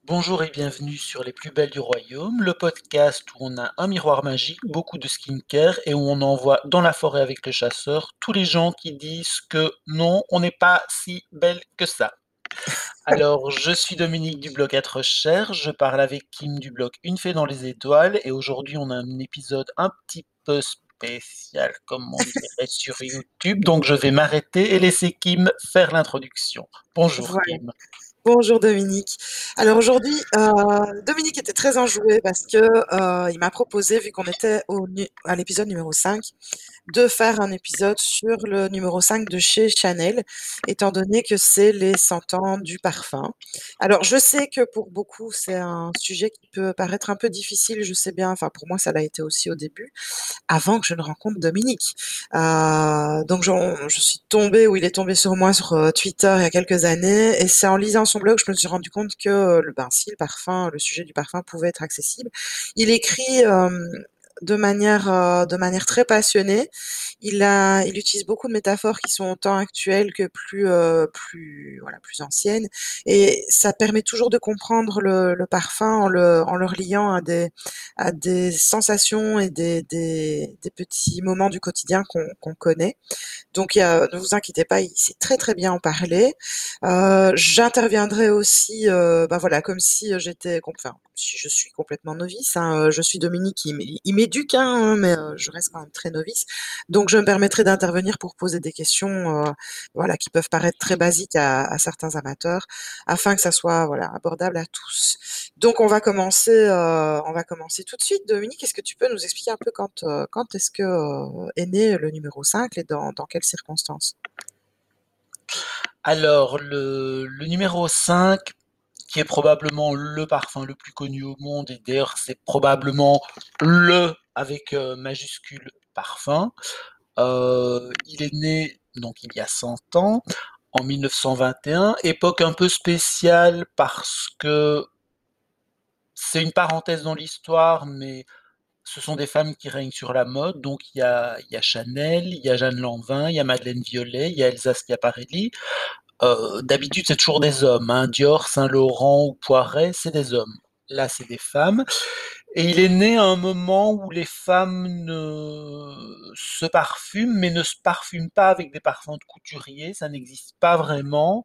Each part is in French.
Bonjour et bienvenue sur Les Plus Belles du Royaume, le podcast où on a un miroir magique, beaucoup de skincare et où on envoie dans la forêt avec le chasseur tous les gens qui disent que non, on n'est pas si belle que ça. Alors, je suis Dominique du blog Être Cher, je parle avec Kim du blog Une Fée dans les Étoiles et aujourd'hui on a un épisode un petit peu spécial, comme on dirait sur YouTube, donc je vais m'arrêter et laisser Kim faire l'introduction. Bonjour Voilà. Kim. Bonjour Dominique. Alors aujourd'hui, Dominique était très enjoué parce que il m'a proposé, vu qu'on était à l'épisode numéro 5, de faire un épisode sur le numéro 5 de chez Chanel, étant donné que c'est les 100 ans du parfum. Alors je sais que pour beaucoup, c'est un sujet qui peut paraître un peu difficile, je sais bien, enfin pour moi ça l'a été aussi au début, avant que je ne rencontre Dominique. Donc je suis tombée, ou il est tombé sur moi sur Twitter il y a quelques années, et c'est en lisant son blog que je me suis rendu compte que si le parfum, le sujet du parfum pouvait être accessible. Il écrit de manière très passionnée. Il utilise beaucoup de métaphores qui sont autant actuelles que plus anciennes, et ça permet toujours de comprendre le parfum en le reliant à des sensations et des petits moments du quotidien qu'on connaît. Donc, ne vous inquiétez pas, il sait très très bien en parler. J'interviendrai aussi, voilà, comme si j'étais, enfin, si je suis complètement novice, hein, je suis Dominique, il m'éduque, hein, mais je reste quand même très novice. Donc, je me permettrai d'intervenir pour poser des questions, voilà, qui peuvent paraître très basiques à certains amateurs, afin que ça soit, voilà, abordable à tous. Donc, on va commencer tout de suite. Dominique, est-ce que tu peux nous expliquer un peu quand est-ce que est né le numéro 5 et dans quelles circonstances? Alors, le numéro 5, qui est probablement le parfum le plus connu au monde, et d'ailleurs c'est probablement le avec majuscule parfum. Il est né donc il y a 100 ans, en 1921, époque un peu spéciale parce que c'est une parenthèse dans l'histoire, mais ce sont des femmes qui règnent sur la mode. Donc il y a Chanel, il y a Jeanne Lanvin, il y a Madeleine Violet, il y a Elsa Schiaparelli. D'habitude, c'est toujours des hommes, hein. Dior, Saint-Laurent ou Poiret, c'est des hommes. Là, c'est des femmes. Et il est né à un moment où les femmes se parfument, mais ne se parfument pas avec des parfums de couturier. Ça n'existe pas vraiment.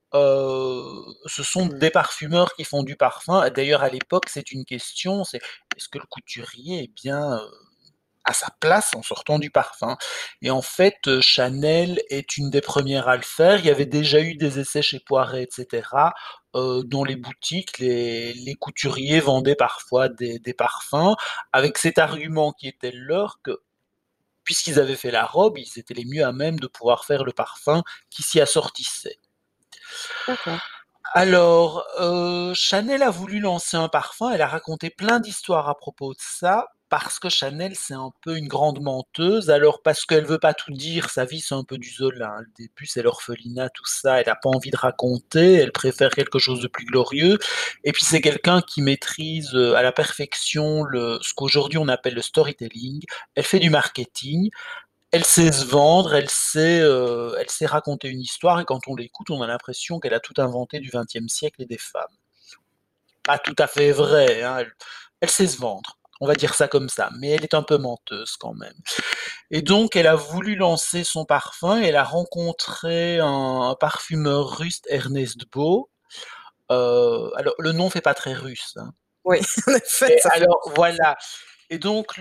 Ce sont des parfumeurs qui font du parfum. D'ailleurs, à l'époque, c'est une question, c'est est-ce que le couturier est bien à sa place en sortant du parfum. Et en fait, Chanel est une des premières à le faire. Il y avait déjà eu des essais chez Poiret, etc. Dans les boutiques, les couturiers vendaient parfois des parfums avec cet argument qui était le leur que puisqu'ils avaient fait la robe, ils étaient les mieux à même de pouvoir faire le parfum qui s'y assortissait. D'accord. Alors, Chanel a voulu lancer un parfum, elle a raconté plein d'histoires à propos de ça, parce que Chanel, c'est un peu une grande menteuse. Alors, parce qu'elle veut pas tout dire, sa vie, c'est un peu du Zola, hein. Le début, c'est l'orphelinat, tout ça, elle a pas envie de raconter, elle préfère quelque chose de plus glorieux. Et puis, c'est quelqu'un qui maîtrise à la perfection ce qu'aujourd'hui on appelle le storytelling. Elle fait du marketing, elle sait se vendre, elle sait raconter une histoire, et quand on l'écoute, on a l'impression qu'elle a tout inventé du XXe siècle et des femmes. Pas tout à fait vrai, hein, elle sait se vendre, on va dire ça comme ça, mais elle est un peu menteuse quand même. Et donc, elle a voulu lancer son parfum, et elle a rencontré un parfumeur russe, Ernest Beau. Alors, le nom fait pas très russe, hein. Oui, en effet, Et ça fait. alors, voilà. Et donc,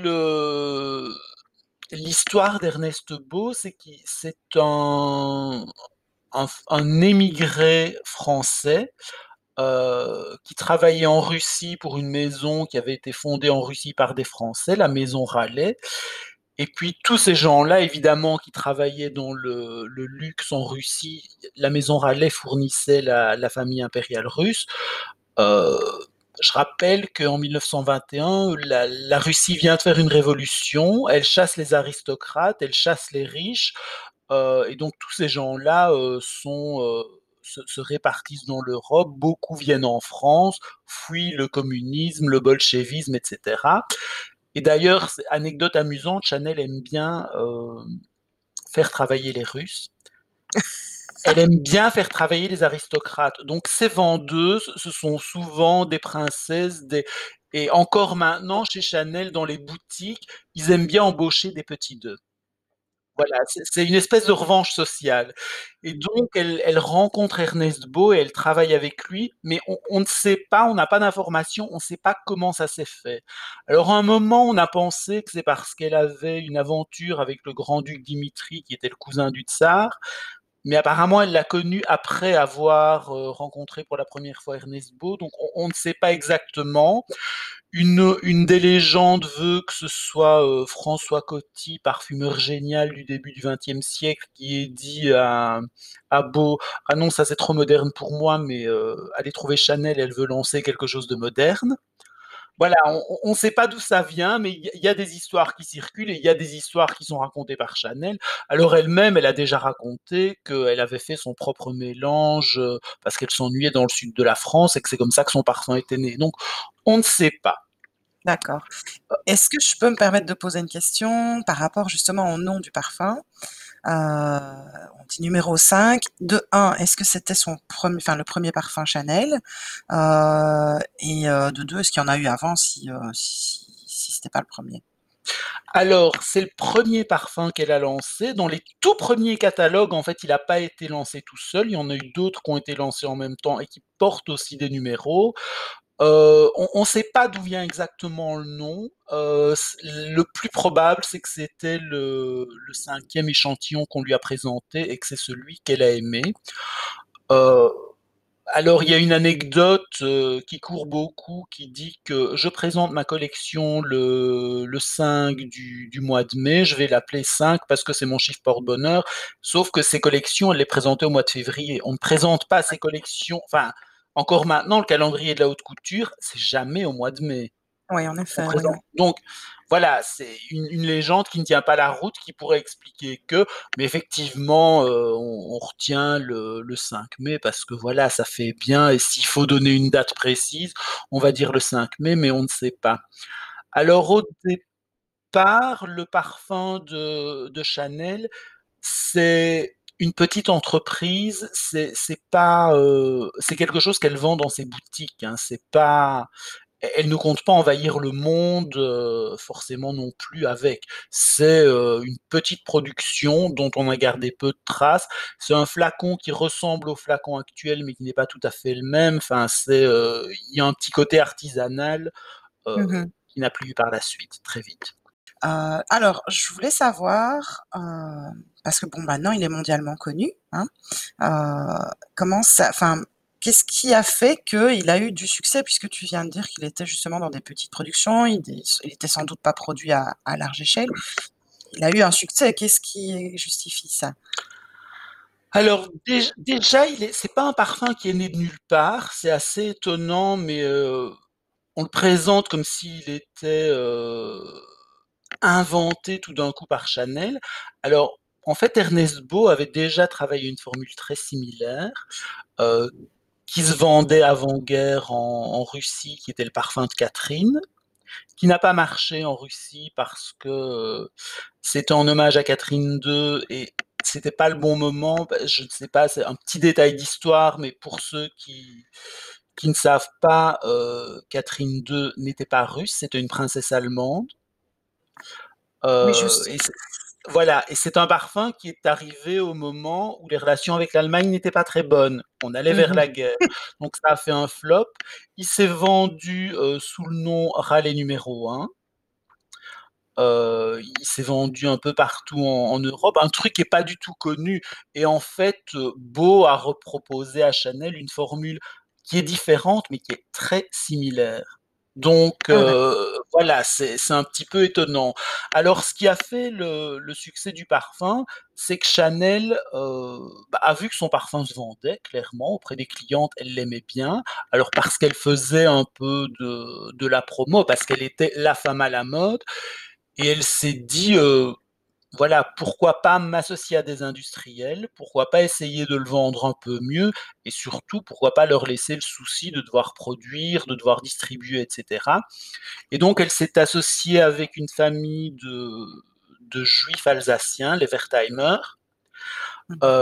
l'histoire d'Ernest Beau, c'est que c'est un émigré français qui travaillait en Russie pour une maison qui avait été fondée en Russie par des Français, la maison Raleigh. Et puis tous ces gens-là, évidemment, qui travaillaient dans le luxe en Russie, la maison Raleigh fournissait la famille impériale russe. Euh, je rappelle qu'en 1921, la Russie vient de faire une révolution, elle chasse les aristocrates, elle chasse les riches, et donc tous ces gens-là se répartissent dans l'Europe, beaucoup viennent en France, fuient le communisme, le bolchevisme, etc. Et d'ailleurs, anecdote amusante, Chanel aime bien faire travailler les Russes. Elle aime bien faire travailler les aristocrates. Donc ces vendeuses, ce sont souvent des princesses, et encore maintenant, chez Chanel, dans les boutiques, ils aiment bien embaucher des petits d'eux. Voilà, c'est une espèce de revanche sociale. Et donc, elle rencontre Ernest Beau et elle travaille avec lui, mais on ne sait pas, on n'a pas d'informations, on ne sait pas comment ça s'est fait. Alors, à un moment, on a pensé que c'est parce qu'elle avait une aventure avec le grand-duc Dimitri, qui était le cousin du tsar, mais apparemment, elle l'a connu après avoir rencontré pour la première fois Ernest Beau, donc on ne sait pas exactement. Une des légendes veut que ce soit François Coty, parfumeur génial du début du XXe siècle, qui ait dit à Beau: «Ah non, ça c'est trop moderne pour moi, mais allez trouver Chanel, elle veut lancer quelque chose de moderne.» Voilà, on ne sait pas d'où ça vient, mais il y a des histoires qui circulent et il y a des histoires qui sont racontées par Chanel. Alors elle-même, elle a déjà raconté qu'elle avait fait son propre mélange parce qu'elle s'ennuyait dans le sud de la France et que c'est comme ça que son parfum était né. Donc on ne sait pas. D'accord. Est-ce que je peux me permettre de poser une question par rapport justement au nom du parfum? On dit numéro 5. De un, est-ce que c'était son premier, enfin le premier parfum Chanel? De deux, est-ce qu'il y en a eu avant si c'était pas le premier? Alors, c'est le premier parfum qu'elle a lancé. Dans les tout premiers catalogues, en fait, il n'a pas été lancé tout seul. Il y en a eu d'autres qui ont été lancés en même temps et qui portent aussi des numéros. On ne sait pas d'où vient exactement le nom. Le plus probable, c'est que c'était le cinquième échantillon qu'on lui a présenté et que c'est celui qu'elle a aimé. Euh, alors, il y a une anecdote qui court beaucoup, qui dit que je présente ma collection le 5 du mois de mai, je vais l'appeler 5 parce que c'est mon chiffre porte-bonheur, sauf que ces collections, elle les présentait au mois de février. On ne présente pas ces collections, enfin, encore maintenant, le calendrier de la haute couture, c'est jamais au mois de mai. Oui, en On effet, oui, présente. oui. Donc, voilà, c'est une légende qui ne tient pas la route, qui pourrait expliquer que, mais effectivement, on retient le 5 mai parce que voilà, ça fait bien, et s'il faut donner une date précise, on va dire le 5 mai, mais on ne sait pas. Alors, au départ, le parfum de Chanel, c'est une petite entreprise, c'est pas, c'est quelque chose qu'elle vend dans ses boutiques, hein, c'est pas, elle ne compte pas envahir le monde forcément non plus avec. C'est une petite production dont on a gardé peu de traces. C'est un flacon qui ressemble au flacon actuel, mais qui n'est pas tout à fait le même. Enfin, il y a un petit côté artisanal euh, Mhm. qui n'a plus vu par la suite, très vite. Alors, je voulais savoir, parce que bon, maintenant il est mondialement connu, hein, comment ça, enfin, qu'est-ce qui a fait qu'il a eu du succès, puisque tu viens de dire qu'il était justement dans des petites productions, il était sans doute pas produit à large échelle. Il a eu un succès. Qu'est-ce qui justifie ça? Alors déjà, c'est pas un parfum qui est né de nulle part. C'est assez étonnant, mais on le présente comme s'il était inventé tout d'un coup par Chanel. Alors, en fait, Ernest Beau avait déjà travaillé une formule très similaire euh, qui se vendait avant-guerre en Russie, qui était le parfum de Catherine, qui n'a pas marché en Russie parce que c'était en hommage à Catherine II et c'était pas le bon moment. Je ne sais pas, c'est un petit détail d'histoire, mais pour ceux qui ne savent pas, Catherine II n'était pas russe, c'était une princesse allemande. Oui, Euh, juste. et voilà, et c'est un parfum qui est arrivé au moment où les relations avec l'Allemagne n'étaient pas très bonnes. On allait vers Mhm. la guerre. Donc ça a fait un flop. Il s'est vendu sous le nom Raleigh numéro 1. Il s'est vendu un peu partout en Europe, un truc qui n'est pas du tout connu. Et en fait, Beau a reproposé à Chanel une formule qui est différente, mais qui est très similaire. Donc Ah, d'accord. voilà, c'est un petit peu étonnant. Alors, ce qui a fait le succès du parfum, c'est que Chanel a vu que son parfum se vendait clairement auprès des clientes, elle l'aimait bien. Alors parce qu'elle faisait un peu de la promo, parce qu'elle était la femme à la mode, et elle s'est dit, voilà, pourquoi pas m'associer à des industriels, pourquoi pas essayer de le vendre un peu mieux, et surtout, pourquoi pas leur laisser le souci de devoir produire, de devoir distribuer, etc. Et donc, elle s'est associée avec une famille de juifs alsaciens, les Wertheimer, Mhm.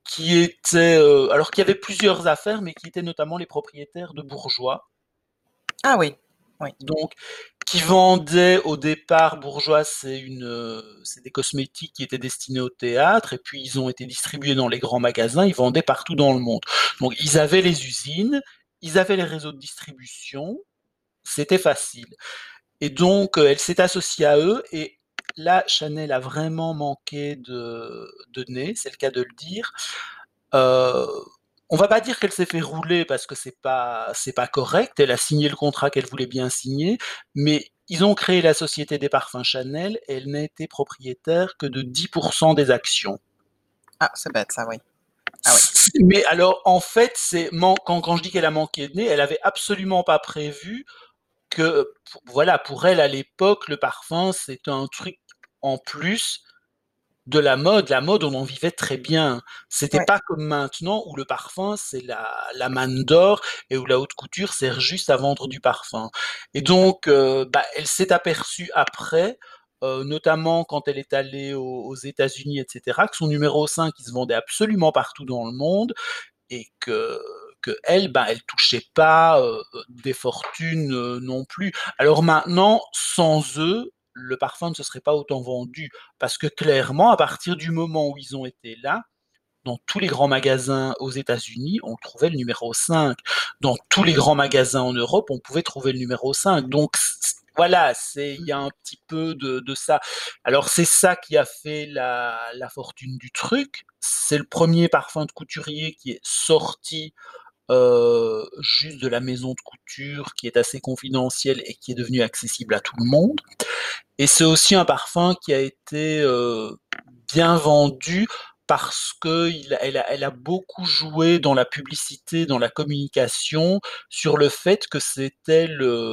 qui étaient, alors qu'il y avait plusieurs affaires, mais qui étaient notamment les propriétaires de bourgeois. Ah oui, oui. Donc, qui vendaient au départ, Bourgeois, c'est des cosmétiques qui étaient destinés au théâtre, et puis ils ont été distribués dans les grands magasins, ils vendaient partout dans le monde. Donc, ils avaient les usines, ils avaient les réseaux de distribution, c'était facile. Et donc, elle s'est associée à eux, et là, Chanel a vraiment manqué de nez, c'est le cas de le dire. Euh, on va pas dire qu'elle s'est fait rouler parce que c'est pas correct. Elle a signé le contrat qu'elle voulait bien signer, mais ils ont créé la société des parfums Chanel et elle n'a été propriétaire que de 10% des actions. Ah, c'est bête ça, oui. Ah oui. Mais alors, en fait, quand je dis qu'elle a manqué de nez, elle avait absolument pas prévu que, voilà, pour elle à l'époque, le parfum c'est un truc en plus de la mode. La mode, on en vivait très bien. C'était Ouais. pas comme maintenant où le parfum, c'est la manne d'or et où la haute couture sert juste à vendre du parfum. Et donc, bah, elle s'est aperçue après, notamment quand elle est allée aux États-Unis, etc., que son numéro 5, il se vendait absolument partout dans le monde et que elle, bah, elle touchait pas des fortunes non plus. Alors maintenant, sans eux, le parfum ne se serait pas autant vendu parce que clairement, à partir du moment où ils ont été là, dans tous les grands magasins aux États-Unis, on trouvait le numéro 5. Dans tous les grands magasins en Europe, on pouvait trouver le numéro 5. Donc voilà, il y a un petit peu de ça. Alors c'est ça qui a fait la fortune du truc. C'est le premier parfum de couturier qui est sorti juste de la maison de couture, qui est assez confidentielle et qui est devenu accessible à tout le monde. Et c'est aussi un parfum qui a été bien vendu parce que elle a beaucoup joué dans la publicité, dans la communication, sur le fait que c'était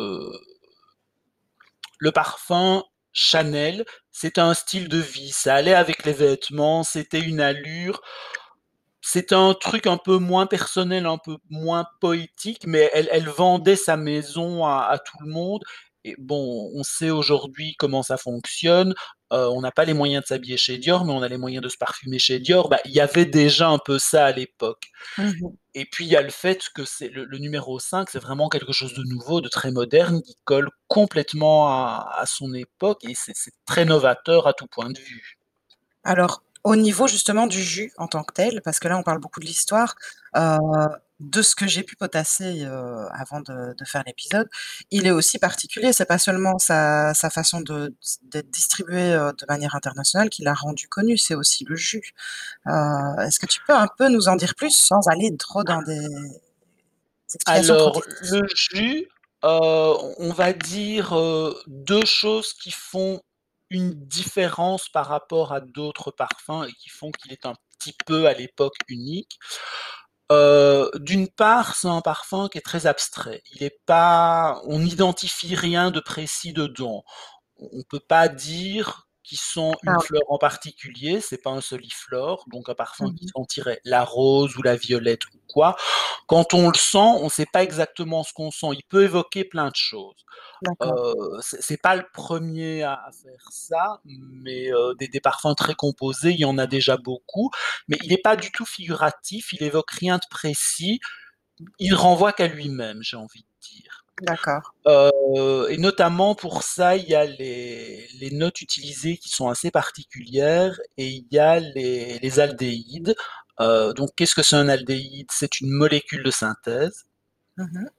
le parfum Chanel, c'était un style de vie, ça allait avec les vêtements, c'était une allure, c'était un truc un peu moins personnel, un peu moins poétique, mais elle vendait sa maison à tout le monde. Et bon, on sait aujourd'hui comment ça fonctionne. On n'a pas les moyens de s'habiller chez Dior, mais on a les moyens de se parfumer chez Dior. Bah, il y avait déjà un peu ça à l'époque. Mhm. Et puis il y a le fait que c'est le numéro 5, c'est vraiment quelque chose de nouveau, de très moderne, qui colle complètement à son époque, et c'est très novateur à tout point de vue. Alors, au niveau justement du jus en tant que tel, parce que là on parle beaucoup de l'histoire, heu, de ce que j'ai pu potasser, avant de faire l'épisode, il est aussi particulier. C'est pas seulement sa façon d'être distribué, de manière internationale qui l'a rendu connu, c'est aussi le jus. Est-ce que tu peux un peu nous en dire plus sans aller trop dans des explications trop Alors, techniques? le jus, on va dire, 2 choses qui font une différence par rapport à d'autres parfums et qui font qu'il est un petit peu, à l'époque, unique. D'une part, c'est un parfum qui est très abstrait. Il est pas On n'identifie rien de précis dedans. On peut pas dire qu'ils sont Ah une oui. fleur en particulier, c'est pas un soliflore, donc un parfum qui Mmh. sentirait la rose ou la violette ou quoi. Quand on le sent, on ne sait pas exactement ce qu'on sent. Il peut évoquer plein de choses. D'accord. C'est pas le premier à faire ça, mais des parfums très composés, il y en a déjà beaucoup. Mais il n'est pas du tout figuratif, il évoque rien de précis, il renvoie qu'à lui-même, j'ai envie de dire. D'accord. Et notamment pour ça, il y a les notes utilisées qui sont assez particulières et il y a les aldéhydes. Donc, qu'est-ce que c'est un aldéhyde? C'est une molécule de synthèse Mmh.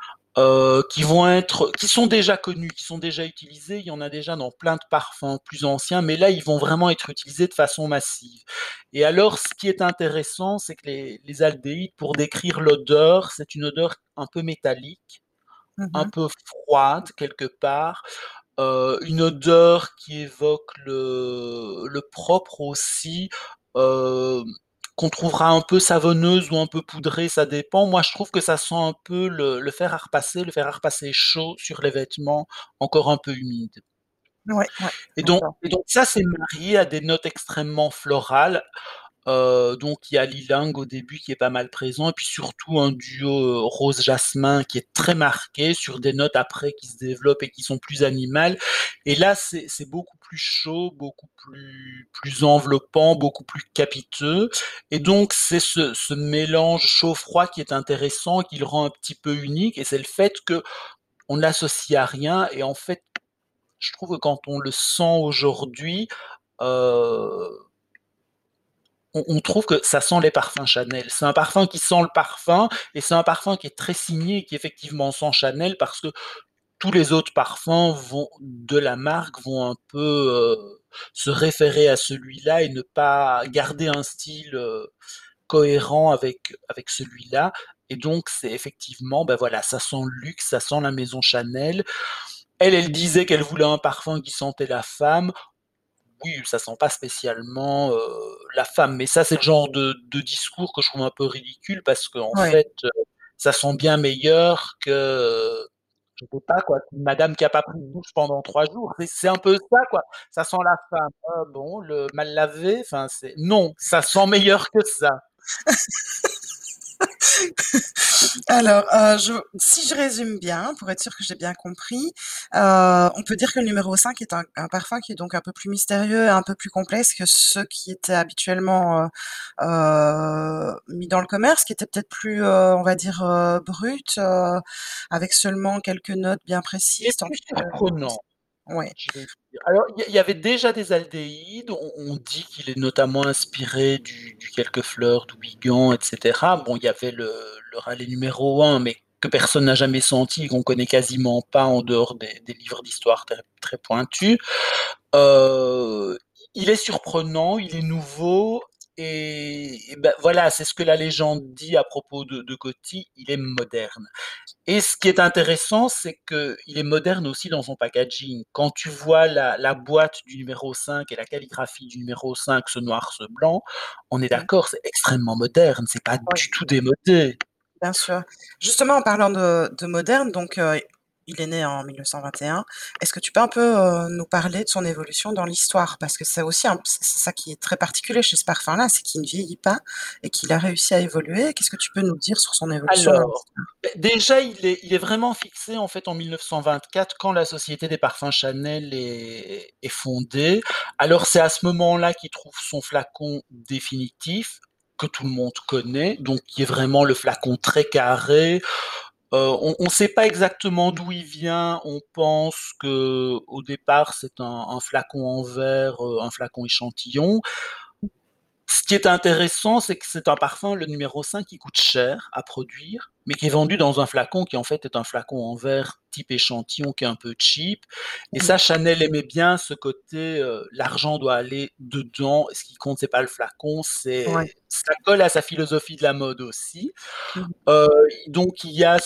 qui sont déjà connus, qui sont déjà utilisés. Il y en a déjà dans plein de parfums plus anciens, mais là, ils vont vraiment être utilisés de façon massive. Et alors, ce qui est intéressant, c'est que les aldéhydes, pour décrire l'odeur, c'est une odeur un peu métallique, un Mmh. peu froide quelque part, une odeur qui évoque le propre aussi, euh, qu'on trouvera un peu savonneuse ou un peu poudrée, ça dépend. Moi, je trouve que ça sent un peu le fer à repasser chaud sur les vêtements encore un peu humides. Ouais, ouais, Et donc, d'accord. et donc ça, c'est marié à des notes extrêmement florales. Donc il y a Lilang au début qui est pas mal présent, et puis surtout un duo Rose-Jasmin qui est très marqué, sur des notes après qui se développent et qui sont plus animales. Et là, c'est beaucoup plus chaud, beaucoup plus enveloppant, beaucoup plus capiteux. Et donc c'est ce mélange chaud-froid qui est intéressant, qui le rend un petit peu unique, et c'est le fait que on ne l'associe à rien. Et en fait, je trouve que quand on le sent aujourd'hui, euh, on trouve que ça sent les parfums Chanel. C'est un parfum qui sent le parfum, et c'est un parfum qui est très signé et qui effectivement sent Chanel, parce que tous les autres parfums de la marque vont un peu se référer à celui-là et ne pas garder un style cohérent avec celui-là. Et donc, c'est effectivement, ben voilà, ça sent le luxe, ça sent la maison Chanel. Elle disait qu'elle voulait un parfum qui sentait la femme. Oui, ça sent pas spécialement la femme, mais ça, c'est le genre de discours que je trouve un peu ridicule, parce qu'en Ouais. fait, ça sent bien meilleur que, je sais pas quoi, une madame qui a pas pris de douche pendant 3 jours. C'est un peu ça, quoi. Ça sent la femme. Ah bon, le mal lavé, enfin, non, ça sent meilleur que ça. Alors, si je résume bien, pour être sûr que j'ai bien compris, on peut dire que le numéro 5 est un parfum qui est donc un peu plus mystérieux et un peu plus complexe que ceux qui étaient habituellement mis dans le commerce, qui étaient peut-être plus, on va dire, bruts, avec seulement quelques notes bien Il est précises, plus tandis que... surprenant. Ouais, Je vais dire. Alors, il y avait déjà des aldéhydes. On dit qu'il est notamment inspiré du quelques fleurs d'Ouigan, etc. Bon, il y avait le râlet numéro un, mais que personne n'a jamais senti et qu'on connaît quasiment pas en dehors des livres d'histoire très, très pointus. Euh, il est surprenant, il est nouveau, et ben, voilà, c'est ce que la légende dit à propos de Coty. Il est moderne. Et ce qui est intéressant, c'est qu'il est moderne aussi dans son packaging. Quand tu vois la boîte du numéro 5 et la calligraphie du numéro 5, ce noir, ce blanc, on est ouais, d'accord, c'est extrêmement moderne, c'est pas ouais. du tout démodé. Bien sûr. Justement, en parlant de moderne, donc il est né en 1921. Est-ce que tu peux un peu nous parler de son évolution dans l'histoire? Parce que c'est aussi c'est ça qui est très particulier chez ce parfum-là, c'est qu'il ne vieillit pas et qu'il a réussi à évoluer. Qu'est-ce que tu peux nous dire sur son évolution dans Alors, l'histoire? déjà, il est vraiment fixé en fait en 1924, quand la Société des parfums Chanel est fondée. Alors, c'est à ce moment-là qu'il trouve son flacon définitif, que tout le monde connaît, donc qui est vraiment le flacon très carré. On ne sait pas exactement d'où il vient. On pense que au départ c'est un flacon en verre, un flacon échantillon. Ce qui est intéressant, c'est que c'est un parfum, le numéro 5, qui coûte cher à produire, mais qui est vendu dans un flacon qui en fait est un flacon en verre type échantillon, qui est un peu cheap. Et Mhm. ça, Chanel aimait bien ce côté, l'argent doit aller dedans. Ce qui compte, c'est pas le flacon, Ouais. ça colle à sa philosophie de la mode aussi. Mhm. Euh, donc il y a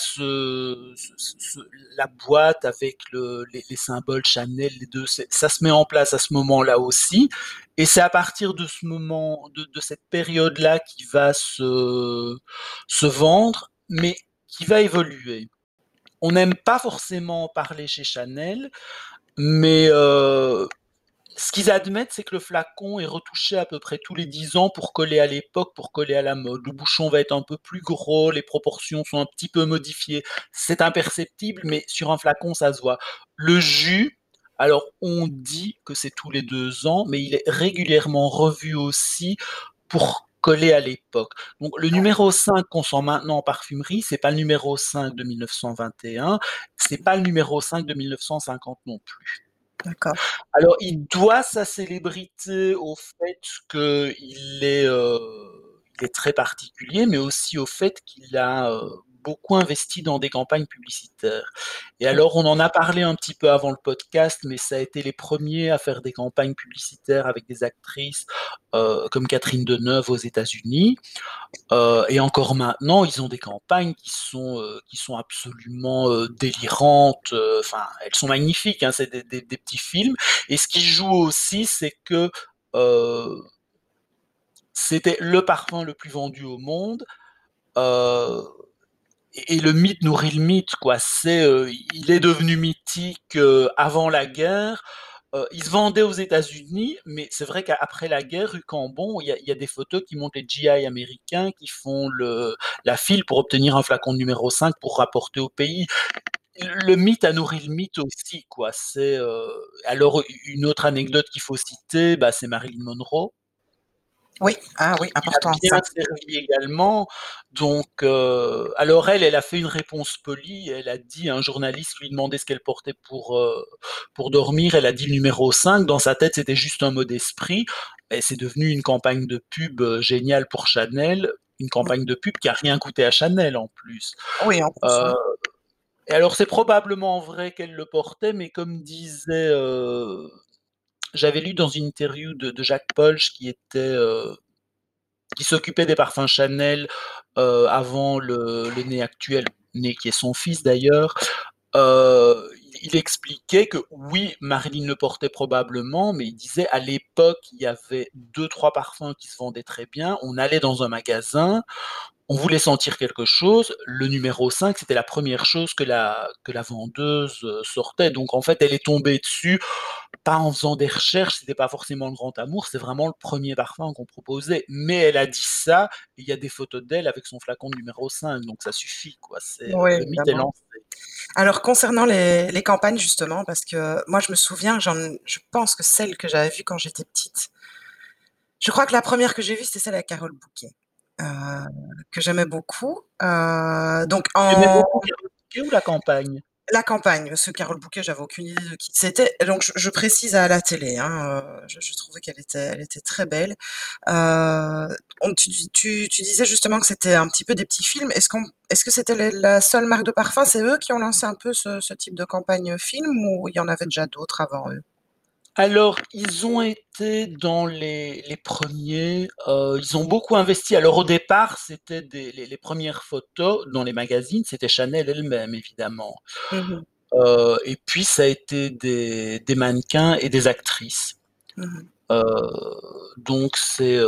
la boîte avec les symboles Chanel, les deux, ça se met en place à ce moment-là aussi. Et c'est à partir de ce moment, de cette période-là, qui va se vendre, mais qui va évoluer. On n'aime pas forcément en parler chez Chanel, mais ce qu'ils admettent, c'est que le flacon est retouché à peu près tous les 10 ans pour coller à l'époque, pour coller à la mode. Le bouchon va être un peu plus gros, les proportions sont un petit peu modifiées. C'est imperceptible, mais sur un flacon, ça se voit. Le jus, alors on dit que c'est tous les 2 ans, mais il est régulièrement revu aussi pour coller à l'époque. Donc le numéro 5 qu'on sent maintenant en parfumerie, c'est pas le numéro 5 de 1921, c'est pas le numéro 5 de 1950 non plus. D'accord. Alors, il doit sa célébrité au fait qu'il est très particulier, mais aussi au fait qu'il a beaucoup investi dans des campagnes publicitaires. Et alors, on en a parlé un petit peu avant le podcast, mais ça a été les premiers à faire des campagnes publicitaires avec des actrices comme Catherine Deneuve aux États-Unis. Et encore maintenant, ils ont des campagnes qui sont absolument délirantes. Enfin, elles sont magnifiques, hein, c'est des petits films. Et ce qui joue aussi, c'est que euh, c'était le parfum le plus vendu au monde. euh, et le mythe nourrit le mythe, quoi. Il est devenu mythique avant la guerre. Ils se vendaient aux États-Unis, mais c'est vrai qu'après la guerre, rue Cambon, il y a des photos qui montrent les GI américains qui font la file pour obtenir un flacon de numéro 5 pour rapporter au pays. Le mythe a nourri le mythe aussi, quoi. Alors, une autre anecdote qu'il faut citer, bah, c'est Marilyn Monroe, Oui, ah oui, qui a important ça. bien servi également. Donc, alors elle a fait une réponse polie. Elle a dit, un journaliste lui demandait ce qu'elle portait pour dormir. Elle a dit le numéro 5. Dans sa tête, c'était juste un mot d'esprit. Et c'est devenu une campagne de pub géniale pour Chanel. Une campagne de pub qui a rien coûté à Chanel en plus. Oui, en plus, Euh, oui. et alors, c'est probablement vrai qu'elle le portait, mais comme disait, j'avais lu dans une interview de Jacques Polch qui s'occupait des parfums Chanel avant le nez actuel, nez qui est son fils d'ailleurs. Il expliquait que oui, Marilyn le portait probablement, mais il disait à l'époque, il y avait deux, trois parfums qui se vendaient très bien. On allait dans un magasin, on voulait sentir quelque chose. Le numéro 5, c'était la première chose que la vendeuse sortait. Donc en fait, elle est tombée dessus, pas en faisant des recherches, c'était pas forcément le grand amour, c'est vraiment le premier parfum qu'on proposait. Mais elle a dit ça, et il y a des photos d'elle avec son flacon de numéro 5, donc ça suffit, quoi. Oui, Le mythe est évidemment. lancé. Alors concernant les campagnes justement, parce que moi je me souviens, je pense que celle que j'avais vue quand j'étais petite, je crois que la première que j'ai vue c'était celle avec Carole Bouquet, euh, que j'aimais beaucoup. Donc Tu aimais en beaucoup Carole Bouquet ou la campagne? la campagne, parce que Carole Bouquet, j'avais aucune idée de qui c'était. Donc je précise à la télé, hein, je trouvais elle était très belle. Euh, tu disais justement que c'était un petit peu des petits films. Est-ce que c'était la seule marque de parfum? C'est eux qui ont lancé un peu ce type de campagne film ou il y en avait déjà d'autres avant eux? Alors, ils ont été dans les premiers, ils ont beaucoup investi. Alors, au départ, c'était les premières photos dans les magazines, c'était Chanel elle-même, évidemment. Mhm, Et puis, ça a été des mannequins et des actrices. mhm. Euh, donc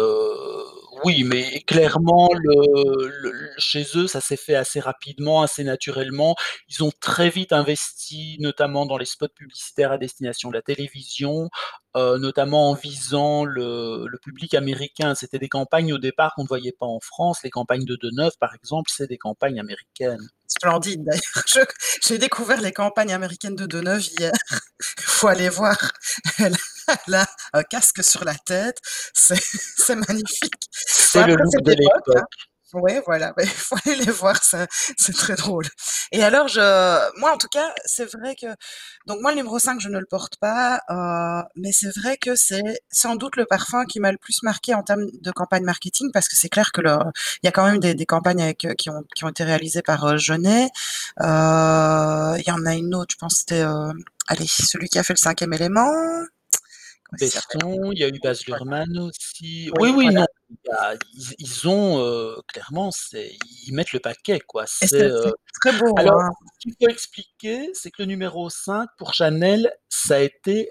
oui, mais clairement chez eux, ça s'est fait assez rapidement, assez naturellement. Ils ont très vite investi, notamment dans les spots publicitaires à destination de la télévision, notamment en visant le public américain. C'était des campagnes au départ qu'on ne voyait pas en France. Les campagnes de Deneuve, par exemple, c'est des campagnes américaines. Splendide d'ailleurs. J'ai découvert les campagnes américaines de Deneuve hier. Il faut aller voir. Elle, elle a un casque sur la tête. C'est magnifique. Bon, C'est le après, look c'est de l'époque, hein. l'époque. Oui, voilà, il faut aller les voir, c'est très drôle. Et alors, moi, en tout cas, c'est vrai que, donc moi, le numéro 5 je ne le porte pas, mais c'est vrai que c'est sans doute le parfum qui m'a le plus marqué en termes de campagne marketing, parce que c'est clair que il y a quand même des campagnes avec, qui ont été réalisées par Jeunet. Il y en a une autre, je pense, que c'était, allez, celui qui a fait le cinquième élément. Comment il s'appelle? Besson, il y a eu Baz Voilà. Luhrmann aussi. Oui, Oui, oui, voilà. non. Ils ont clairement, ils mettent le paquet, quoi. Et c'est très beau, Alors, hein. ce qu'il faut expliquer, c'est que le numéro 5 pour Chanel, ça a été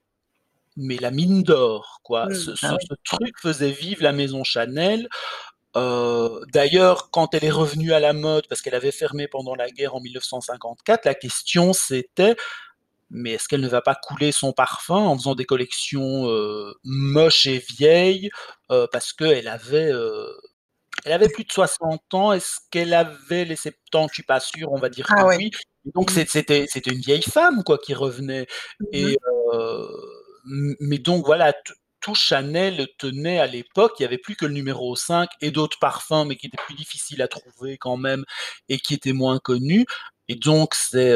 la mine d'or, quoi. Ah oui. Ce truc faisait vivre la maison Chanel. D'ailleurs, quand elle est revenue à la mode, parce qu'elle avait fermé pendant la guerre en 1954, la question c'était mais est-ce qu'elle ne va pas couler son parfum en faisant des collections moches et vieilles parce elle avait plus de 60 ans. Est-ce qu'elle avait les 70? Je suis pas sûr. On va dire que Ah ouais. oui. Et donc Mmh. c'était une vieille femme quoi qui revenait. Mmh. Et mais donc voilà, tout Chanel tenait à l'époque. Il n'y avait plus que le numéro 5 et d'autres parfums, mais qui étaient plus difficiles à trouver quand même et qui étaient moins connus. Et donc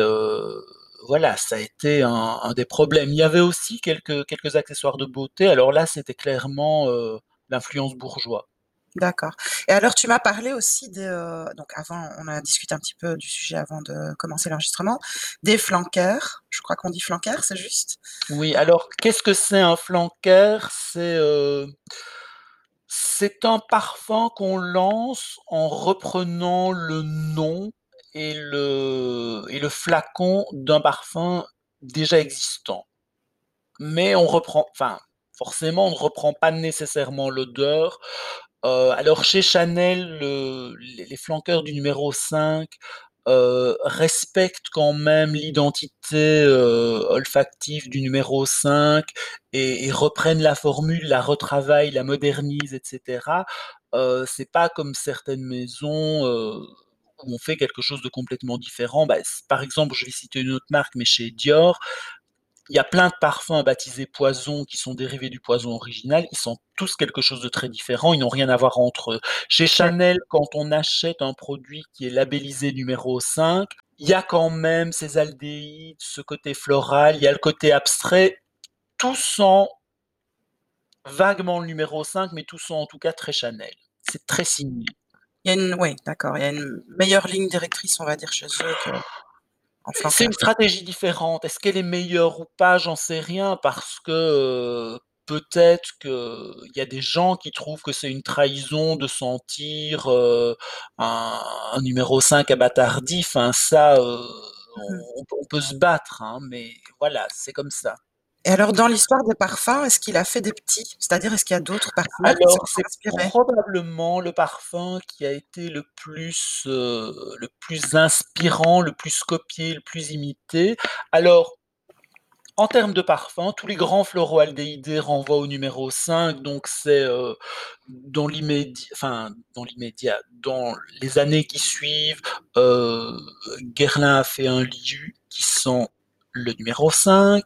voilà, ça a été un des problèmes. Il y avait aussi quelques accessoires de beauté. Alors là, c'était clairement l'influence bourgeoise. D'accord. Et alors tu m'as parlé aussi donc avant, on a discuté un petit peu du sujet avant de commencer l'enregistrement, des flanqueurs. Je crois qu'on dit flanqueurs, c'est juste? Oui, alors qu'est-ce que c'est un flanqueur? C'est un parfum qu'on lance en reprenant le nom et le flacon d'un parfum déjà existant. Mais on reprend, enfin, forcément, on ne reprend pas nécessairement l'odeur. Alors chez Chanel, les flanqueurs du numéro 5, respectent quand même l'identité olfactive du numéro 5 et reprennent la formule, la retravaillent, la modernisent, etc. C'est pas comme certaines maisons où on fait quelque chose de complètement différent. Bah, par exemple, je vais citer une autre marque, mais chez Dior, il y a plein de parfums baptisés poison qui sont dérivés du poison original. Ils sont tous quelque chose de très différent. Ils n'ont rien à voir entre eux. Chez Ouais. Chanel, quand on achète un produit qui est labellisé numéro 5, il y a quand même ces aldéhydes, ce côté floral, il y a le côté abstrait. Tout sent vaguement le numéro 5, mais tout sent en tout cas très Chanel. C'est très signé. Il y a une Oui, d'accord, il y a une meilleure ligne directrice, on va dire, chez eux qu'en C'est une Flanker. stratégie différente. Est-ce qu'elle est meilleure ou pas? J'en sais rien parce que peut-être qu'il y a des gens qui trouvent que c'est une trahison de sentir un numéro 5 abâtardi. Enfin, ça, Mmh. on peut se battre, hein, mais voilà, c'est comme ça. Et alors dans l'histoire des parfums, est-ce qu'il a fait des petits? C'est-à-dire, est-ce qu'il y a d'autres parfumeurs qui s'en Alors, sont c'est inspirés? probablement le parfum qui a été le plus inspirant, le plus copié, le plus imité. Alors, en termes de parfum, tous les grands floroaldéhydes renvoient au numéro 5, donc c'est dans l'immédiat, dans les années qui suivent, Guerlain a fait un liu qui sent le numéro 5,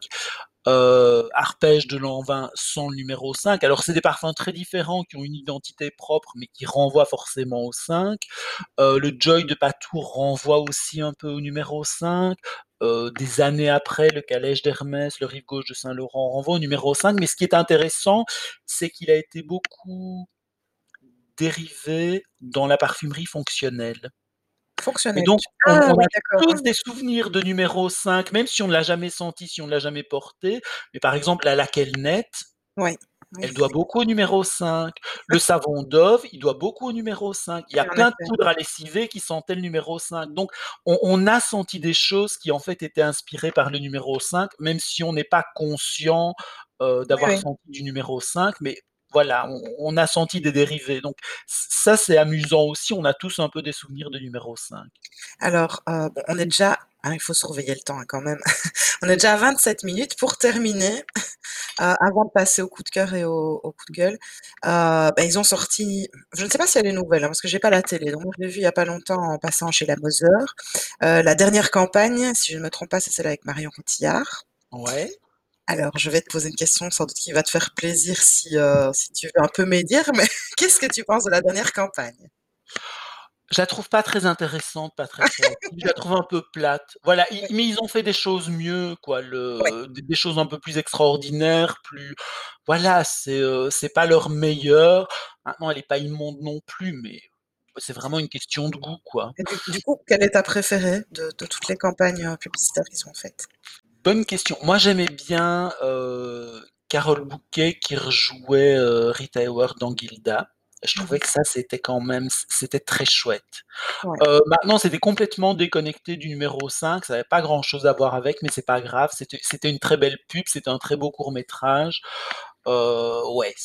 Arpège de Lanvin sent le numéro 5. Alors c'est des parfums très différents qui ont une identité propre mais qui renvoient forcément au 5. Le Joy de Patour renvoie aussi un peu au numéro 5. Des années après, le Calèche d'Hermès, le Rive Gauche de Saint-Laurent renvoie au numéro 5. Mais ce qui est intéressant, c'est qu'il a été beaucoup dérivé dans la parfumerie fonctionnelle. Et Fonctionnels. donc, Ah on oui, a d'accord, tous des souvenirs de numéro 5, même si on ne l'a jamais senti, si on ne l'a jamais porté. Mais par exemple, la Laquelle-Net, oui, oui, elle doit beaucoup au numéro 5. Le savon Dove, il doit beaucoup au numéro 5. Il y a oui, en plein de effet. poudres à lessiver qui sentaient le numéro 5. Donc, on a senti des choses qui, en fait, étaient inspirées par le numéro 5, même si on n'est pas conscient Oui, d'avoir oui. senti du numéro 5. Mais voilà, on a senti des dérivés. Donc, ça, c'est amusant aussi. On a tous un peu des souvenirs de numéro 5. Alors, bon, on est déjà il faut surveiller le temps, hein, quand même. On est déjà à 27 minutes. Pour terminer, avant de passer au coup de cœur et au coup de gueule, ils ont sorti, je ne sais pas si elle est nouvelle, hein, parce que j'ai pas la télé, donc moi je l'ai vue il y a pas longtemps en passant chez la Mother. La dernière campagne, si je ne me trompe pas, c'est celle avec Marion Cotillard. Ouais. Alors, je vais te poser une question sans doute qui va te faire plaisir si tu veux un peu m'aider, mais qu'est-ce que tu penses de la dernière campagne? Je la trouve pas très intéressante, pas très créative. Je la trouve un peu plate. Voilà, Ouais, mais ils ont fait des choses mieux, quoi. ouais, Des choses un peu plus extraordinaires, plus. Voilà, c'est pas leur meilleur. Maintenant, elle est pas immonde non plus, mais c'est vraiment une question de goût, quoi. et du coup, quelle est ta préférée de toutes les campagnes, publicitaires qui sont faites? Bonne question. Moi, j'aimais bien Carole Bouquet qui rejouait Rita Hayworth dans Gilda. Je trouvais Mmh. que ça, c'était quand même, c'était très chouette. Ouais. Maintenant, c'était complètement déconnecté du numéro 5. Ça avait pas grand-chose à voir avec, mais c'est pas grave. C'était une très belle pub, c'était un très beau court-métrage. Ouais,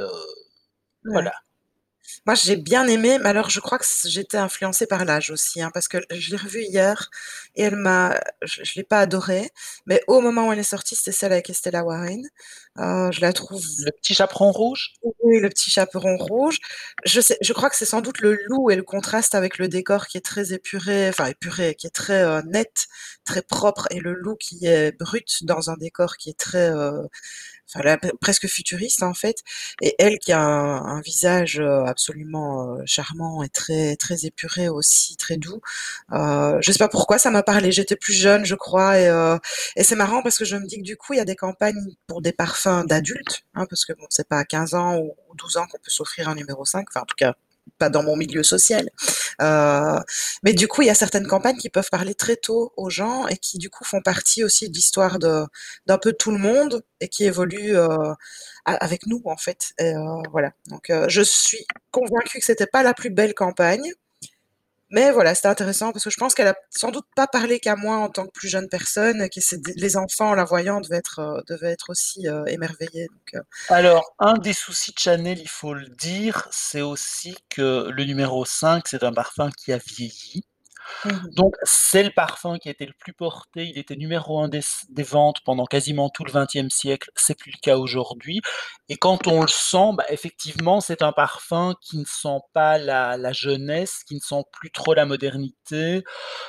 Ouais. voilà. Moi, j'ai bien aimé, mais alors je crois que j'étais influencée par l'âge aussi, hein, parce que je l'ai revue hier et je l'ai pas adorée, mais au moment où elle est sortie, c'était celle avec Estella Warren. Je la trouve Le petit chaperon rouge? Oui, le petit chaperon rouge. Je crois que c'est sans doute le loup et le contraste avec le décor qui est très épuré, enfin épuré, qui est très net, très propre, et le loup qui est brut dans un décor qui est très, enfin là, presque futuriste en fait. Et elle qui a un visage absolument charmant et très, très épuré aussi, très doux. Je sais pas pourquoi ça m'a parlé. J'étais plus jeune, je crois, et c'est marrant parce que je me dis que du coup, il y a des campagnes pour des parfums d'adultes, hein, parce que bon, c'est pas à 15 ans ou 12 ans qu'on peut s'offrir un numéro 5, enfin en tout cas pas dans mon milieu social. Euh, mais du coup, il y a certaines campagnes qui peuvent parler très tôt aux gens et qui du coup font partie aussi de l'histoire d'un peu tout le monde et qui évoluent avec nous en fait. Voilà. Donc je suis convaincue que c'était pas la plus belle campagne, mais voilà, c'était intéressant parce que je pense qu'elle a sans doute pas parlé qu'à moi en tant que plus jeune personne, que les enfants en la voyant devaient être aussi émerveillés. Donc, Alors, un des soucis de Chanel, il faut le dire, c'est aussi que le numéro 5, c'est un parfum qui a vieilli. Mmh. Donc c'est le parfum qui était le plus porté, il était numéro 1 des ventes pendant quasiment tout le XXe siècle, c'est plus le cas aujourd'hui et quand on le sent, bah, effectivement, c'est un parfum qui ne sent pas la jeunesse, qui ne sent plus trop la modernité.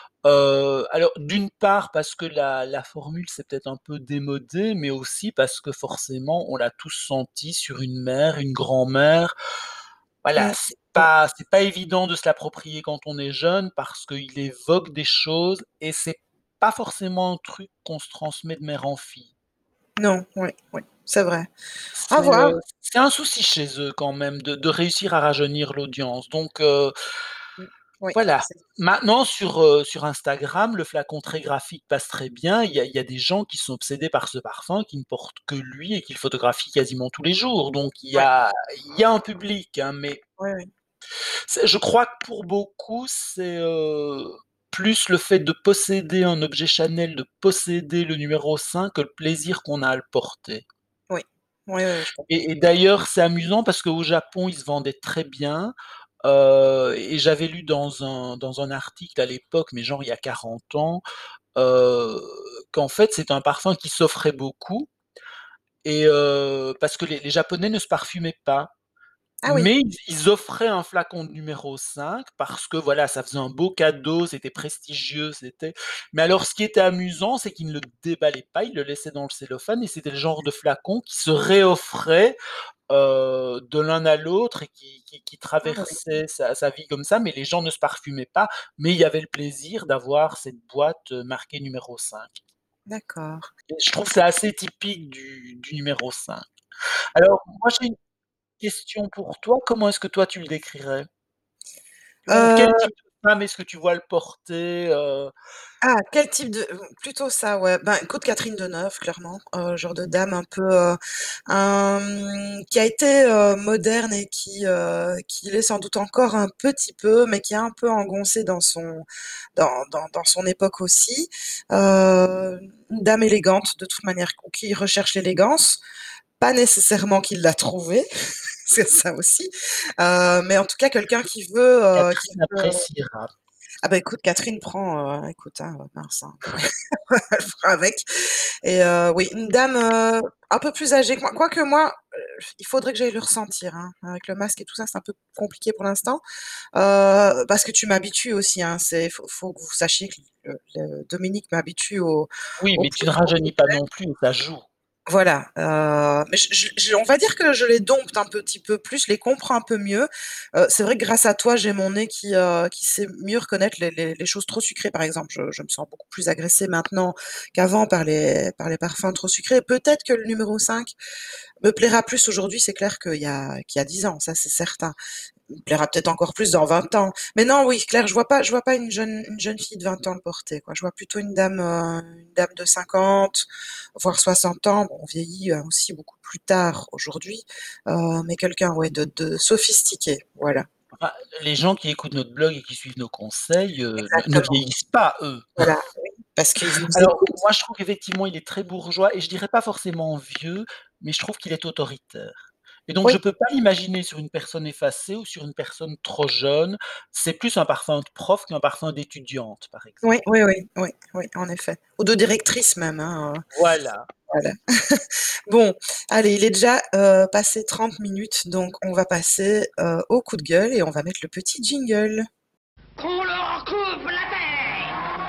Alors d'une part parce que la formule s'est peut-être un peu démodée, mais aussi parce que forcément on l'a tous senti sur une mère, une grand-mère. Voilà, Mmh. c'est Mmh. pas c'est pas évident de se l'approprier quand on est jeune parce qu'il évoque des choses et c'est pas forcément un truc qu'on se transmet de mère en fille. Non, oui, oui, c'est vrai. À C'est, voir. c'est un souci chez eux quand même de réussir à rajeunir l'audience donc Mmh. Oui, voilà. c'est Maintenant sur Instagram, le flacon très graphique passe très bien. Il y a des gens qui sont obsédés par ce parfum, qui ne portent que lui et qui le photographient quasiment tous les jours. Donc ouais, il y a un public, hein, mais oui, oui. je crois que pour beaucoup, c'est, plus le fait de posséder un objet Chanel, de posséder le numéro 5 que le plaisir qu'on a à le porter. Oui. Oui, oui, je comprends. Et d'ailleurs, c'est amusant parce qu'au Japon, il se vendait très bien, et j'avais lu dans un article à l'époque, mais genre il y a 40 ans, heu, qu'en fait, c'est un parfum qui s'offrait beaucoup et parce que les Japonais ne se parfumaient pas. Ah oui! Mais ils offraient un flacon de numéro 5 parce que voilà, ça faisait un beau cadeau, c'était prestigieux, c'était mais alors ce qui était amusant, c'est qu'ils ne le déballaient pas, ils le laissaient dans le cellophane et c'était le genre de flacon qui se réoffrait, de l'un à l'autre et qui Ah oui, traversait sa vie comme ça, mais les gens ne se parfumaient pas, mais il y avait le plaisir d'avoir cette boîte, marquée numéro 5 d'accord. et je trouve que c'est assez typique du numéro 5. Alors moi j'ai une question pour toi, comment est-ce que toi tu le décrirais? Ou quel Heu, type de femme est-ce que tu vois le porter, quel type de plutôt ça, ouais. Ben, écoute, Catherine Deneuve, clairement, genre de dame un peu, qui a été, moderne et qui l'est sans doute encore un petit peu, mais qui est un peu engoncée dans son époque aussi. Une dame élégante de toute manière, ou qui recherche l'élégance, pas nécessairement qui l'a trouvée, c'est ça aussi, mais en tout cas quelqu'un qui Catherine veut appréciera? ah bah, écoute, Catherine prend, écoute, hein, mince, hein, elle fera avec. Et oui, une dame, un peu plus âgée que moi. Quoique moi, il faudrait que j'aille le ressentir, hein. Avec le masque et tout ça, c'est un peu compliqué pour l'instant. Parce que tu m'habitues aussi, hein. Faut que vous sachiez que le Dominique m'habitue Oui, au mais tu ne produit. rajeunis pas non plus, ça joue. Voilà, mais on va dire que je les dompte un petit peu plus, je les comprends un peu mieux. C'est vrai que grâce à toi, j'ai mon nez qui sait mieux reconnaître les choses trop sucrées, par exemple. Je me sens beaucoup plus agressée maintenant qu'avant par les parfums trop sucrés. Peut-être que le numéro 5 me plaira plus aujourd'hui, c'est clair qu'il y a 10 ans, ça c'est certain. Il me plaira peut-être encore plus dans 20 ans. Mais non, oui, Claire, je vois pas une jeune fille de 20 ans le porter, quoi. Je vois plutôt une dame de 50, voire 60 ans. Bon, on vieillit aussi beaucoup plus tard aujourd'hui, mais quelqu'un, ouais, de sophistiqué, voilà. Enfin, les gens qui écoutent notre blog et qui suivent nos conseils, ne Exactement, vieillissent pas eux. voilà, oui, parce qu'ils nous Alors écoutent. moi je trouve qu'effectivement il est très bourgeois et je dirais pas forcément vieux, mais je trouve qu'il est autoritaire. Et donc je Oui, peux pas l'imaginer sur une personne effacée ou sur une personne trop jeune. C'est plus un parfum de prof qu'un parfum d'étudiante, par oui, exemple. oui, oui, oui, oui, en effet. Ou de directrice même, hein, Voilà. voilà. Bon, allez, il est déjà passé 30 minutes, donc on va passer au coup de gueule et on va mettre le petit jingle. Qu'on leur coupe la tête.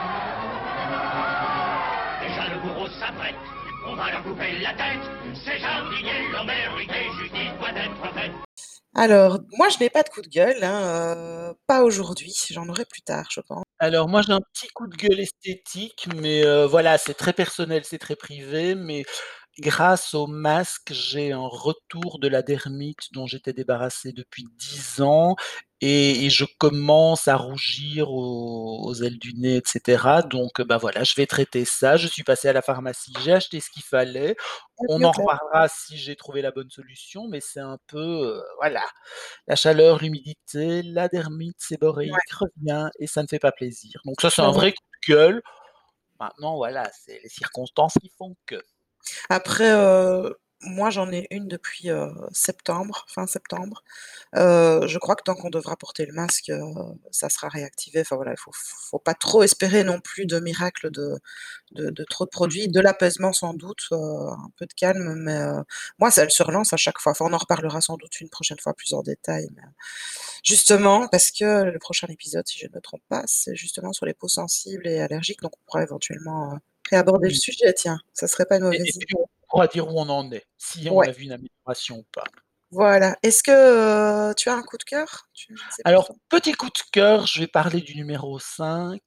Déjà le bourreau s'apprête, on va leur couper la tête. Ces jardiniers l'ont mérité, justice doit être faite. Alors, moi, je n'ai pas de coup de gueule, hein, pas aujourd'hui, j'en aurai plus tard, je pense. Alors moi j'ai un petit coup de gueule esthétique, mais voilà, c'est très personnel, c'est très privé, mais grâce au masque, j'ai un retour de la dermite dont j'étais débarrassé depuis 10 ans et je commence à rougir aux ailes du nez et cetera donc bah, voilà, je vais traiter ça. Je suis passé à la pharmacie, j'ai acheté ce qu'il fallait. Ah, On mieux en que la reparlera si j'ai trouvé la bonne solution, mais c'est un peu, voilà, la chaleur, l'humidité, la dermite ouais, séborréique revient et ça ne fait pas plaisir. Donc ça, c'est c'est un vrai. vrai coup de gueule. Maintenant, voilà, c'est les circonstances qui font que. Après, moi, j'en ai une depuis septembre, fin septembre. Je crois que tant qu'on devra porter le masque, ça sera réactivé. Enfin voilà, faut pas trop espérer non plus de miracle de trop de produits, de l'apaisement sans doute, un peu de calme, mais moi, ça elle se relance à chaque fois. Enfin, on en reparlera sans doute une prochaine fois plus en détail, mais justement parce que le prochain épisode, si je ne me trompe pas, c'est justement sur les peaux sensibles et allergiques, donc on pourra éventuellement réaborder le Oui. sujet. Tiens, ça serait pas une Et mauvaise idée. puis on pourra dire où on en est, si on Ouais, a vu une amélioration ou pas. voilà. Est-ce que tu as un coup de cœur? Je ne sais plus Alors, trop. petit coup de cœur, je vais parler du numéro 5.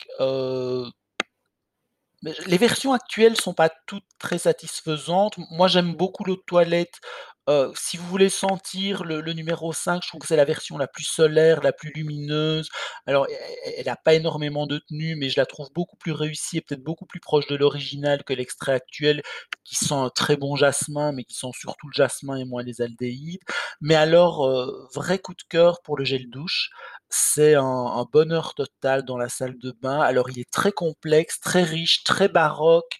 Mais les versions actuelles sont pas toutes très satisfaisantes. Moi, j'aime beaucoup l'eau de toilette. Si vous voulez sentir le numéro 5, je trouve que c'est la version la plus solaire, la plus lumineuse. Alors, elle a pas énormément de tenue, mais je la trouve beaucoup plus réussie et peut-être beaucoup plus proche de l'original que l'extrait actuel, qui sent un très bon jasmin, mais qui sent surtout le jasmin et moins les aldéhydes. Mais alors, vrai coup de cœur pour le gel douche. C'est un bonheur total dans la salle de bain. Alors il est très complexe, très riche, très baroque,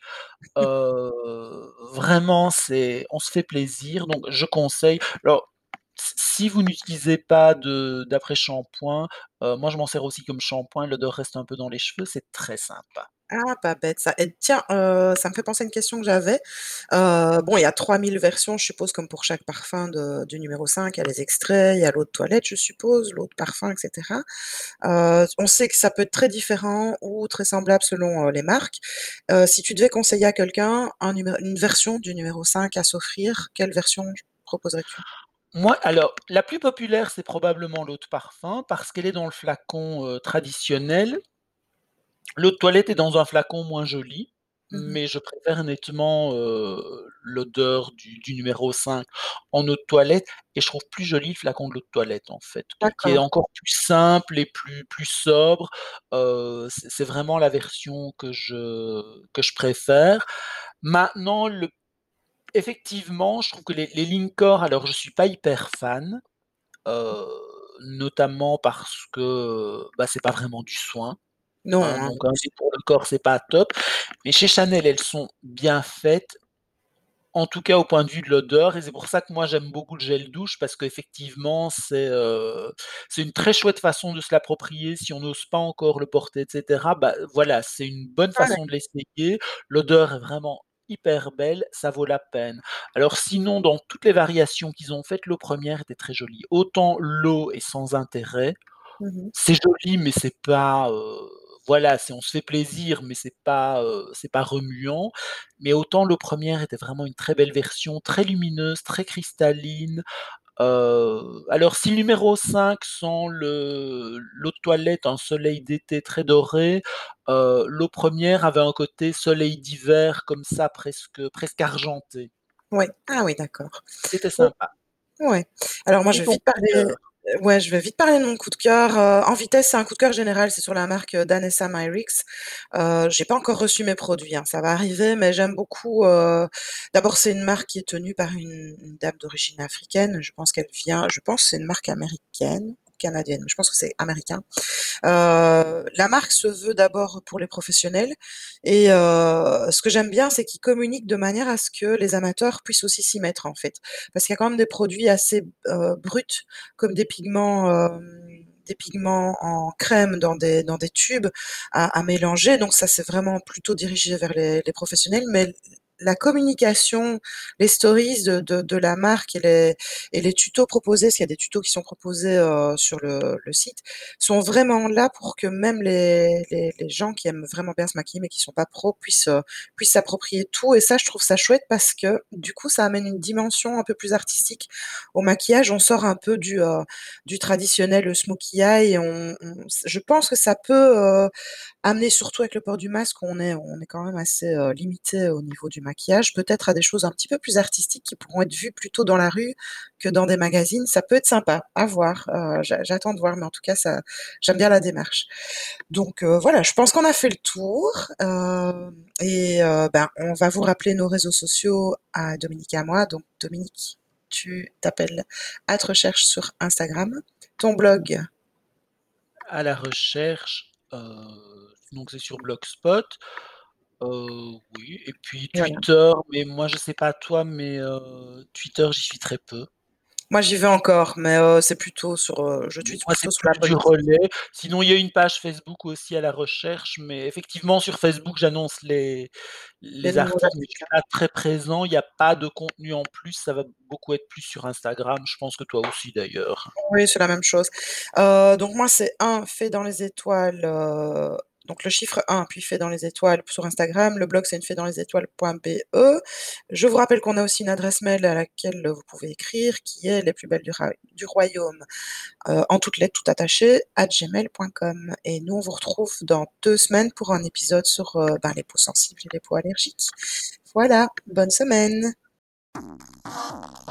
vraiment on se fait plaisir, donc je conseille. Alors si vous n'utilisez pas de d'après-shampoing, moi je m'en sers aussi comme shampoing, l'odeur reste un peu dans les cheveux, c'est très sympa. Ah, pas bête ça. Et tiens, ça me fait penser à une question que j'avais. Bon, il y a 3000 versions, je suppose, comme pour chaque parfum du numéro 5. Il y a les extraits, il y a l'eau de toilette, je suppose, l'eau de parfum, etc. On sait que ça peut être très différent ou très semblable selon les marques. Si tu devais conseiller à quelqu'un une version du numéro 5 à s'offrir, quelle version proposerais-tu? Moi, alors la plus populaire, c'est probablement l'eau de parfum parce qu'elle est dans le flacon, traditionnel. L'eau de toilette est dans un flacon moins joli, Mhm. mais je préfère nettement, l'odeur du numéro 5 en eau de toilette et je trouve plus joli le flacon de l'eau de toilette, en fait, qui est D'accord. encore plus simple et plus sobre. C'est vraiment la version que je préfère. Maintenant effectivement, je trouve que les Lincor, alors je suis pas hyper fan, heu, notamment parce que, bah, c'est pas vraiment du soin. Non, Hein, hein. donc pour le corps, c'est pas top. Mais chez Chanel, elles sont bien faites, en tout cas au point de vue de l'odeur et c'est pour ça que moi j'aime beaucoup le gel douche parce qu'effectivement c'est une très chouette façon de se l'approprier si on n'ose pas encore le porter et cetera. Bah, voilà, c'est une bonne Ouais. façon de l'essayer. L'odeur est vraiment hyper belle, ça vaut la peine. Alors sinon, dans toutes les variations qu'ils ont faites, l'eau première était très jolie. Autant l'eau est sans intérêt, Mhm. c'est joli, mais c'est pas, voilà, on se fait plaisir, mais c'est pas remuant. Mais autant l'eau première était vraiment une très belle version, très lumineuse, très cristalline. Alors si le numéro 5 sent l'eau de toilette, un soleil d'été très doré, l'eau première avait un côté soleil d'hiver comme ça presque argenté. Ouais. Ah oui, d'accord. C'était sympa. Ouais. Alors moi, Et je vais ton vite coup de parler cœur? ouais, je vais vite parler de mon coup de cœur, en vitesse, c'est un coup de cœur général, c'est sur la marque, Danessa Myricks. J'ai pas encore reçu mes produits, hein, ça va arriver, mais j'aime beaucoup, d'abord, c'est une marque qui est tenue par une dame d'origine africaine. Je pense que c'est une marque américaine ou canadienne, mais je pense que c'est américain. La marque se veut d'abord pour les professionnels et ce que j'aime bien, c'est qu'ils communiquent de manière à ce que les amateurs puissent aussi s'y mettre, en fait. Parce qu'il y a quand même des produits assez, bruts, comme des pigments en crème dans des tubes à mélanger, donc ça, c'est vraiment plutôt dirigé vers les professionnels, mais la communication, les stories de la marque et les tutos proposés, parce qu'il y a des tutos qui sont proposés, sur le site, sont vraiment là pour que même les gens qui aiment vraiment bien se maquiller mais qui sont pas pros puissent s'approprier tout. Et ça, je trouve ça chouette parce que du coup, ça amène une dimension un peu plus artistique au maquillage. On sort un peu du traditionnel smokey eye et je pense que ça peut amener, surtout avec le port du masque, on est quand même assez limité au niveau du maquillage, peut-être à des choses un petit peu plus artistiques qui pourront être vues plutôt dans la rue que dans des magazines. Ça peut être sympa à voir. J'attends de voir, mais en tout cas, ça, j'aime bien la démarche. Donc voilà, je pense qu'on a fait le tour. Ben, on va vous rappeler nos réseaux sociaux à Dominique et à moi. Donc Dominique, tu t'appelles @recherche sur Instagram. Ton blog, À la recherche, donc c'est sur Blogspot. Oui et puis Voilà. Twitter, mais moi je sais pas toi, mais Twitter, j'y suis très peu. Moi, j'y vais encore, mais c'est plutôt sur, je tweete Moi, c'est plutôt sur la plus du politique. relais. Sinon, il y a une page Facebook aussi à la recherche, mais effectivement, sur Facebook, j'annonce Les les nouveaux articles, mais je articles. suis pas très présent. Il y a pas de contenu en plus. Ça va beaucoup être plus sur Instagram. Je pense que toi aussi, d'ailleurs. Oui, c'est la même chose. Donc moi, c'est un fait dans les étoiles, donc le chiffre 1, puis fait dans les étoiles sur Instagram. Le blog, c'est une fée dans les étoiles.be. Je vous rappelle qu'on a aussi une adresse mail à laquelle vous pouvez écrire, qui est les plus belles du royaume, en toutes lettres, tout attaché, @gmail.com. Et nous, on vous retrouve dans 2 semaines pour un épisode sur les peaux sensibles et les peaux allergiques. Voilà, bonne semaine.